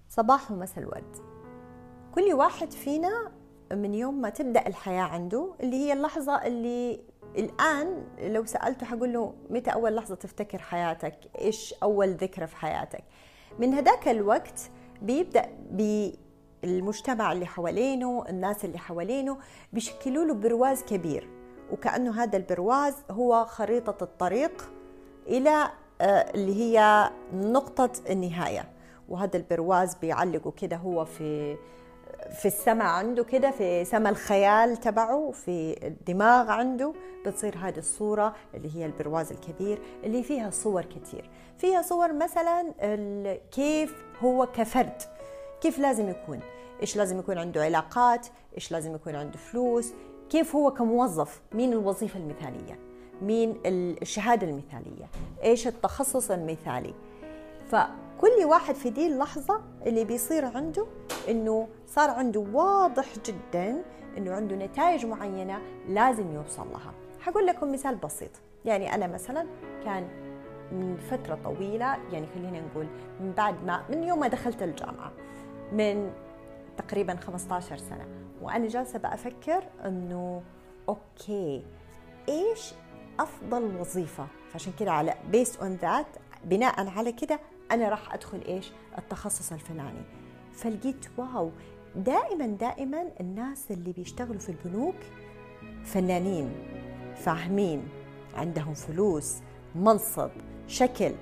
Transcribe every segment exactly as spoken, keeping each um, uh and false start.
صباح ومساء الورد. كل واحد فينا من يوم ما تبدأ الحياة عنده اللي هي اللحظة اللي الآن لو سألته حقول له متى أول لحظة تفتكر حياتك؟ إيش أول ذكرى في حياتك؟ من هداك الوقت بيبدأ بالمجتمع اللي حوالينه، الناس اللي حوالينه بيشكلوا له برواز كبير، وكأنه هذا البرواز هو خريطة الطريق إلى اللي هي نقطة النهاية. وهذا البرواز بيعلقه كده هو في في السماء عنده، كده في سماء الخيال تبعه، في الدماغ عنده بتصير هذه الصورة اللي هي البرواز الكبير اللي فيها صور كتير. فيها صور مثلا كيف هو كفرد، كيف لازم يكون، إيش لازم يكون عنده علاقات، إيش لازم يكون عنده فلوس، كيف هو كموظف، مين الوظيفة المثالية، مين الشهادة المثالية، إيش التخصص المثالي. فكل واحد في دي اللحظة اللي بيصير عنده إنه صار عنده واضح جدا إنه عنده نتائج معينة لازم يوصل لها. حقول لكم مثال بسيط. يعني أنا مثلا كان من فترة طويلة، يعني خلينا نقول من بعد ما من يوم ما دخلت الجامعة من تقريبا خمسة عشر سنة، وأنا جالسة بأفكر إنه أوكي إيش أفضل وظيفة، فعشان كده على based on that بناء على كده أنا راح أدخل إيش التخصص الفلاني. فلقيت واو، دائما دائما الناس اللي بيشتغلوا في البنوك فنانين، فاهمين، عندهم فلوس، منصب، شكل.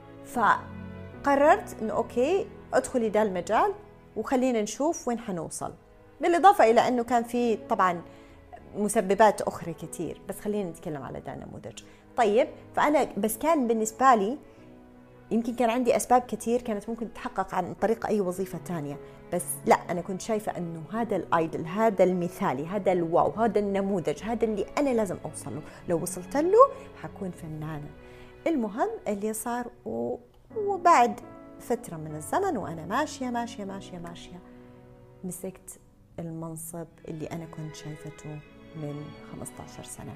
فقررت إنه أوكي أدخلي ده المجال وخلينا نشوف وين حنوصل، بالإضافة إلى أنه كان في طبعا مسببات أخرى كتير، بس خلينا نتكلم على ده نموذج. طيب فأنا بس كان بالنسبة لي يمكن كان عندي أسباب كتير كانت ممكن تتحقق عن طريق أي وظيفة تانية، بس لا، أنا كنت شايفة أنه هذا الآيدل، هذا المثالي، هذا الواو، هذا النموذج، هذا اللي أنا لازم أوصل له، لو وصلت له حكون فنانة. المهم اللي صار و... وبعد فترة من الزمن وأنا ماشية ماشية ماشية ماشية مسكت المنصب اللي أنا كنت شايفته من خمسة عشر سنة.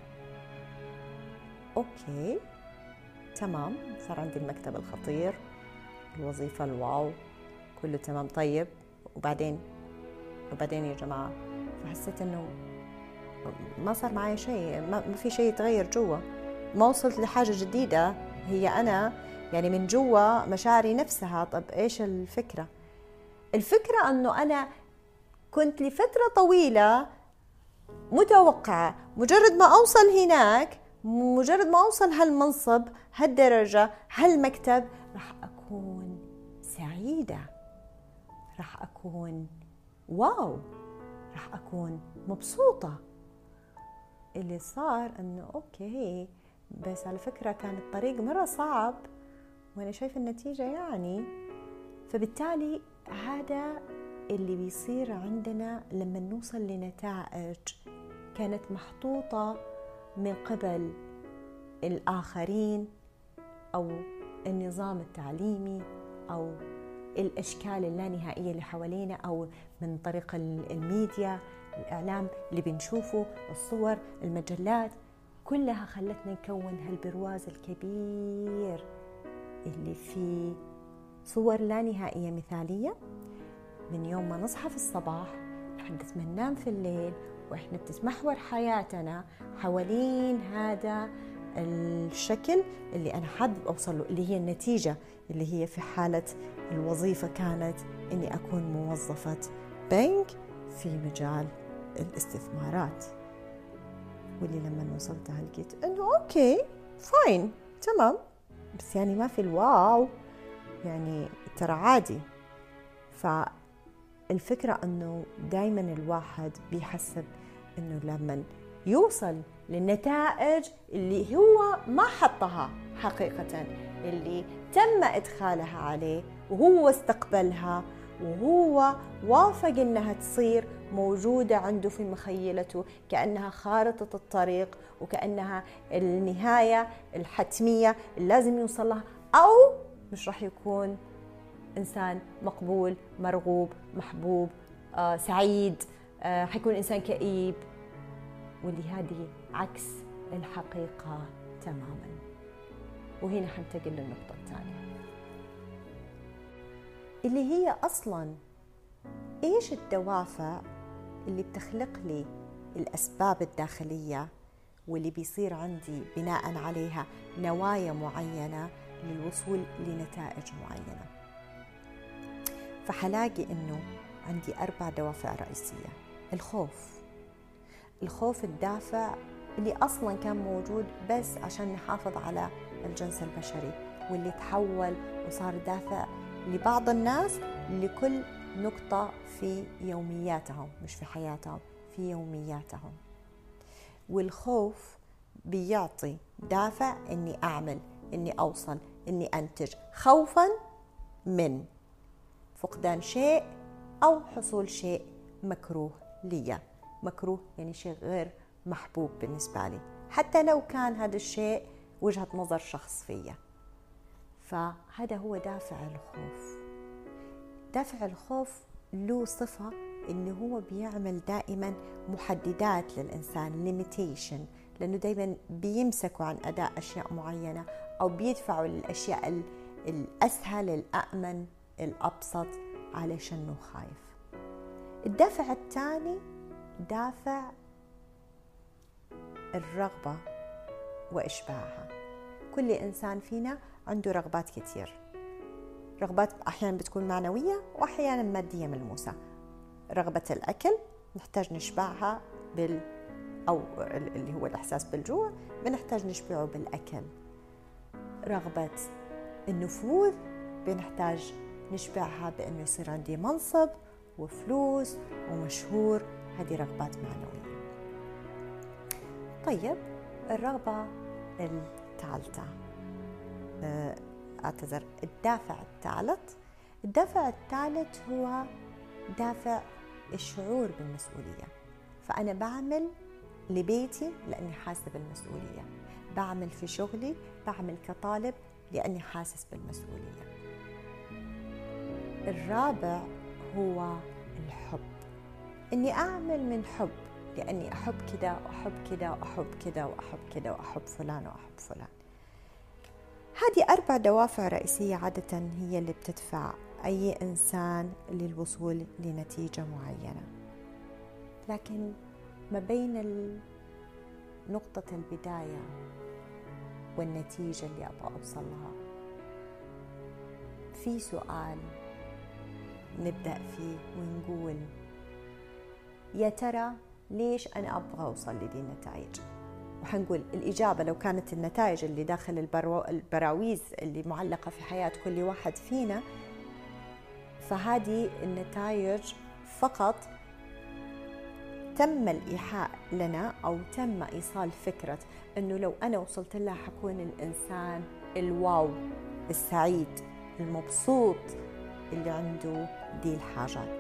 أوكي تمام، صار عندي المكتب الخطير، الوظيفة الواو، كله تمام. طيب وبعدين وبعدين يا جماعة، فحسيت إنه ما صار معي شيء، ما في شيء يتغير جوا، ما وصلت لحاجة جديدة هي أنا يعني من جوا مشاعري نفسها. طب إيش الفكرة؟ الفكرة أنه أنا كنت لفترة طويلة متوقعة مجرد ما أوصل هناك، مجرد ما أوصل هالمنصب، هالدرجة، هالمكتب، راح أكون سعيدة، راح أكون واو، راح أكون مبسوطة. اللي صار أنه أوكي بس على فكرة كان الطريق مرة صعب وأنا شايفة النتيجة يعني. فبالتالي هذا اللي بيصير عندنا لما نوصل لنتائج كانت محطوطة من قبل الآخرين أو النظام التعليمي أو الأشكال اللانهائية اللي حوالينا أو من طريق الميديا، الإعلام اللي بنشوفه، الصور، المجلات، كلها خلتنا نكون هالبرواز الكبير اللي فيه صور لا نهائية مثالية من يوم ما نصحى في الصباح لحد ما ننام في الليل، وإحنا بتتمحور حياتنا حوالين هذا الشكل اللي أنا حابب أوصل له، اللي هي النتيجة اللي هي في حالة الوظيفة كانت إني أكون موظفة بنك في مجال الاستثمارات. واللي لما وصلتها لقيت إنه أوكي فاين تمام، بس يعني ما في الواو، يعني ترى عادي. فالفكرة أنه دايما الواحد بيحسب أنه لما يوصل للنتائج اللي هو ما حطها حقيقة، اللي تم إدخالها عليه وهو استقبلها وهو وافق أنها تصير موجودة عنده في مخيلته كأنها خارطة الطريق وكأنها النهاية الحتمية اللي لازم يوصل لها، أو مش راح يكون إنسان مقبول، مرغوب، محبوب، آه، سعيد، آه، حيكون إنسان كئيب، واللي هذه عكس الحقيقة تماما. وهنا حنتقل للنقطة الثانية. اللي هي أصلاً إيش الدوافع اللي بتخلق لي الأسباب الداخلية واللي بيصير عندي بناء عليها نوايا معينة للوصول لنتائج معينة. فحلاقي إنه عندي أربع دوافع رئيسية. الخوف، الخوف الدافع اللي أصلاً كان موجود بس عشان نحافظ على الجنس البشري، واللي تحول وصار دافع لبعض الناس لكل نقطة في يومياتهم، مش في حياتهم، في يومياتهم. والخوف بيعطي دافع إني أعمل، إني أوصل، إني أنتج، خوفاً من فقدان شيء أو حصول شيء مكروه لي. مكروه يعني شيء غير محبوب بالنسبة لي، حتى لو كان هذا الشيء وجهة نظر شخص فيا. فهذا هو دافع الخوف. دافع الخوف له صفة إنه هو بيعمل دائما محددات للإنسان، limitation، لأنه دائما بيمسكوا عن أداء أشياء معينة أو بيدفعوا للأشياء الأسهل، الأأمن، الأبسط، علشانه خايف. الدافع الثاني دافع الرغبة وإشباعها. كل إنسان فينا عنده رغبات كتير، رغبات أحيانا بتكون معنوية وأحيانا مادية ملموسة. رغبة الأكل نحتاج نشبعها بال أو اللي هو الإحساس بالجوع بنحتاج نشبعه بالأكل. رغبة النفوذ بنحتاج نشبعها بأنه يصير عندي منصب وفلوس ومشهور، هذه رغبات معنوية. طيب الرغبة الثالثة، أعتذر الدافع الثالث الدافع الثالث هو دافع الشعور بالمسؤولية. فأنا بعمل لبيتي لأني حاسة بالمسؤولية، بعمل في شغلي، بعمل كطالب لأني حاسس بالمسؤولية. الرابع هو الحب، إني أعمل من حب، لأني أحب كده وأحب كده وأحب كده وأحب كده وأحب فلان وأحب فلان. هذه أربع دوافع رئيسية عادة هي اللي بتدفع أي إنسان للوصول لنتيجة معينة. لكن ما بين نقطة البداية والنتيجة اللي أبغى أوصل لها في سؤال نبدأ فيه ونقول يا ترى ليش أنا أبغى أوصل لدي النتائج؟ وحنقول الإجابة لو كانت النتائج اللي داخل البرو... البراويز اللي معلقة في حياة كل واحد فينا، فهذه النتائج فقط تم الإيحاء لنا أو تم إيصال فكرة أنه لو أنا وصلت لها حكون الإنسان الواو، السعيد، المبسوط، اللي عنده دي الحاجات.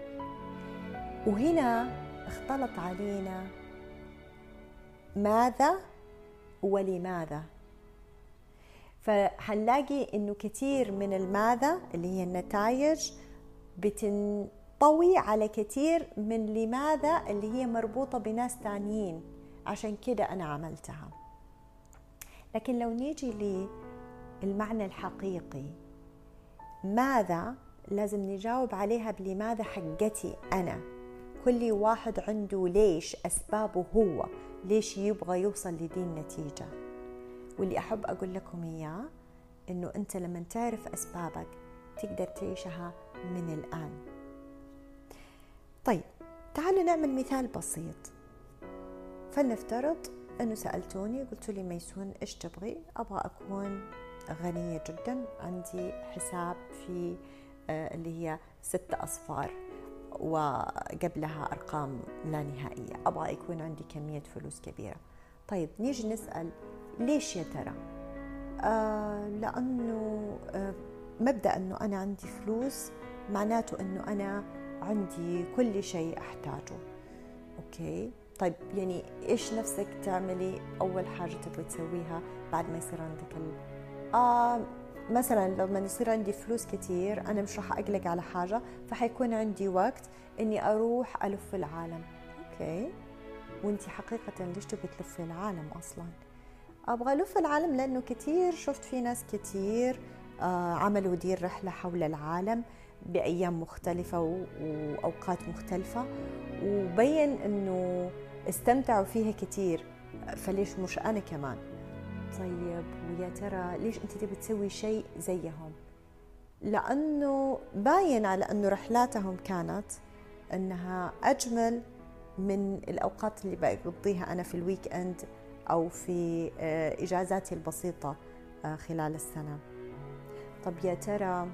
وهنا اختلط علينا ماذا ولماذا. فهنلاقي انه كثير من الماذا اللي هي النتائج بتنطوي على كثير من لماذا اللي هي مربوطة بناس تانيين، عشان كده انا عملتها. لكن لو نيجي للمعنى الحقيقي، ماذا لازم نجاوب عليها بلماذا حقتي أنا. كل واحد عنده ليش، أسبابه هو، ليش يبغى يوصل لدي النتيجة. واللي أحب أقول لكم إياه إنه أنت لما تعرف أسبابك تقدر تعيشها من الآن. طيب تعالوا نعمل مثال بسيط. فلنفترض أنه سألتوني قلت لي ميسون إيش تبغي؟ أبغى أكون غنية جدا، عندي حساب في آه اللي هي ست أصفار وقبلها أرقام لا نهائية، أبغى يكون عندي كمية فلوس كبيرة. طيب نيجي نسأل ليش يا ترى؟ آه لأنه آه مبدأ أنه أنا عندي فلوس معناته أنه أنا عندي كل شيء أحتاجه. أوكي طيب يعني إيش نفسك تعملي أول حاجة تبغي تسويها بعد ما يصير عندك ال... آه مثلا لما يصير عندي فلوس كتير أنا مش راح أقلق على حاجة، فحيكون عندي وقت إني أروح ألف العالم. أوكي وإنتي حقيقة ليش تبغي تلف العالم أصلا؟ أبغى ألف العالم لأنه كتير شفت في ناس كتير آه عملوا دي الرحلة حول العالم بأيام مختلفة وأوقات مختلفة، وبين أنه استمتعوا فيها كتير، فليش مش أنا كمان؟ طيب ويا ترى ليش أنت تبي تسوي شيء زيهم؟ لأنه باين على أنه رحلاتهم كانت أنها أجمل من الأوقات اللي بقضيها أنا في الويك أند أو في إجازاتي البسيطة خلال السنة. طب يا ترى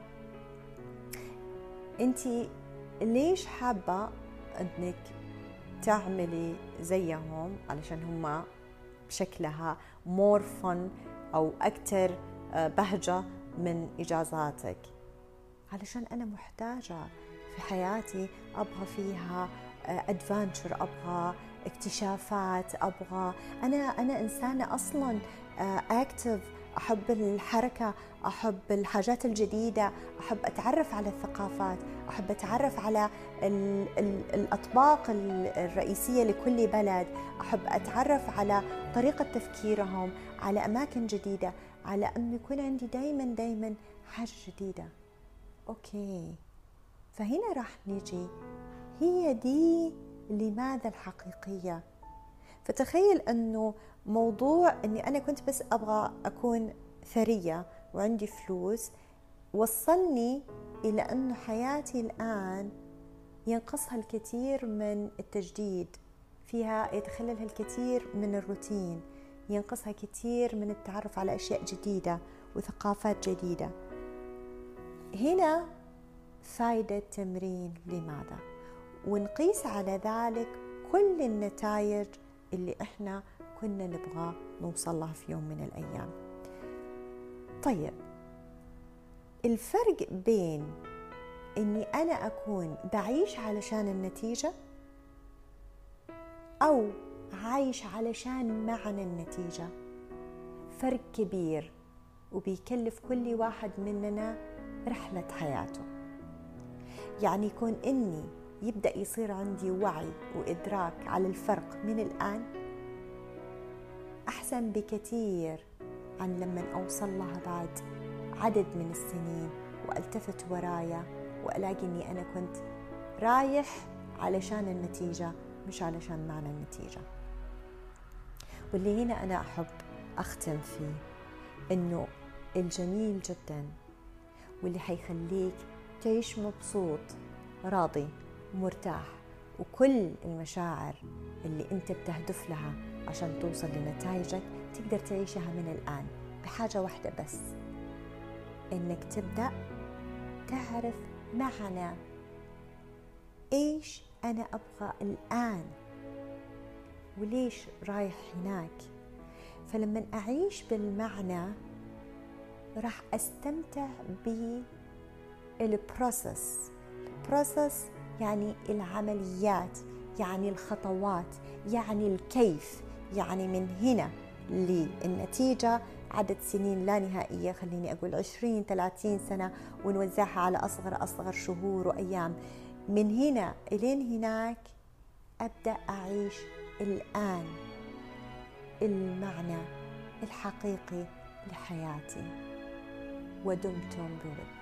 أنتي ليش حابة أنك تعملي زيهم علشان هم بشكلها more fun أو أكتر بهجة من إجازاتك؟ علشان أنا محتاجة في حياتي، أبغى فيها أدفانتشر، أبغى اكتشافات، أبغى أنا أنا إنسانة أصلاً أكتف، أحب الحركة، أحب الحاجات الجديدة، أحب أتعرف على الثقافات، أحب أتعرف على ال ال الأطباق الرئيسية لكل بلد، أحب أتعرف على طريقة تفكيرهم، على أماكن جديدة، على أن يكون عندي دايما دايما حاجة جديدة. أوكي، فهنا راح نيجي، هي دي لماذا الحقيقية. فتخيل أنه موضوع أني أنا كنت بس أبغى أكون ثرية وعندي فلوس وصلني إلى أنه حياتي الآن ينقصها الكثير من التجديد، فيها يتخللها الكثير من الروتين، ينقصها كثير من التعرف على أشياء جديدة وثقافات جديدة. هنا فائدة تمرين لماذا، ونقيس على ذلك كل النتائج اللي احنا كنا نبغى نوصل لها في يوم من الأيام. طيب، الفرق بين اني انا اكون بعيش علشان النتيجة او عايش علشان معنى النتيجة فرق كبير، وبيكلف كل واحد مننا رحلة حياته. يعني يكون اني يبدأ يصير عندي وعي وإدراك على الفرق من الآن أحسن بكثير عن لما أوصل لها بعد عدد من السنين وألتفت ورايا وألاقي أني أنا كنت رايح علشان النتيجة مش علشان معنى النتيجة. واللي هنا أنا أحب أختم فيه أنه الجميل جدا واللي حيخليك تعيش مبسوط راضي مرتاح، وكل المشاعر اللي انت بتهدف لها عشان توصل لنتائجك تقدر تعيشها من الآن بحاجة واحدة بس، انك تبدأ تعرف معنى ايش انا ابغى الآن وليش رايح هناك. فلما أعيش بالمعنى راح أستمتع بالبروسس. البروسس يعني العمليات، يعني الخطوات، يعني الكيف، يعني من هنا للنتيجة عدد سنين لا نهائية، خليني أقول عشرين ثلاثين سنة، ونوزعها على أصغر أصغر شهور وأيام. من هنا إلين هناك أبدأ أعيش الآن المعنى الحقيقي لحياتي. ودمتم بود.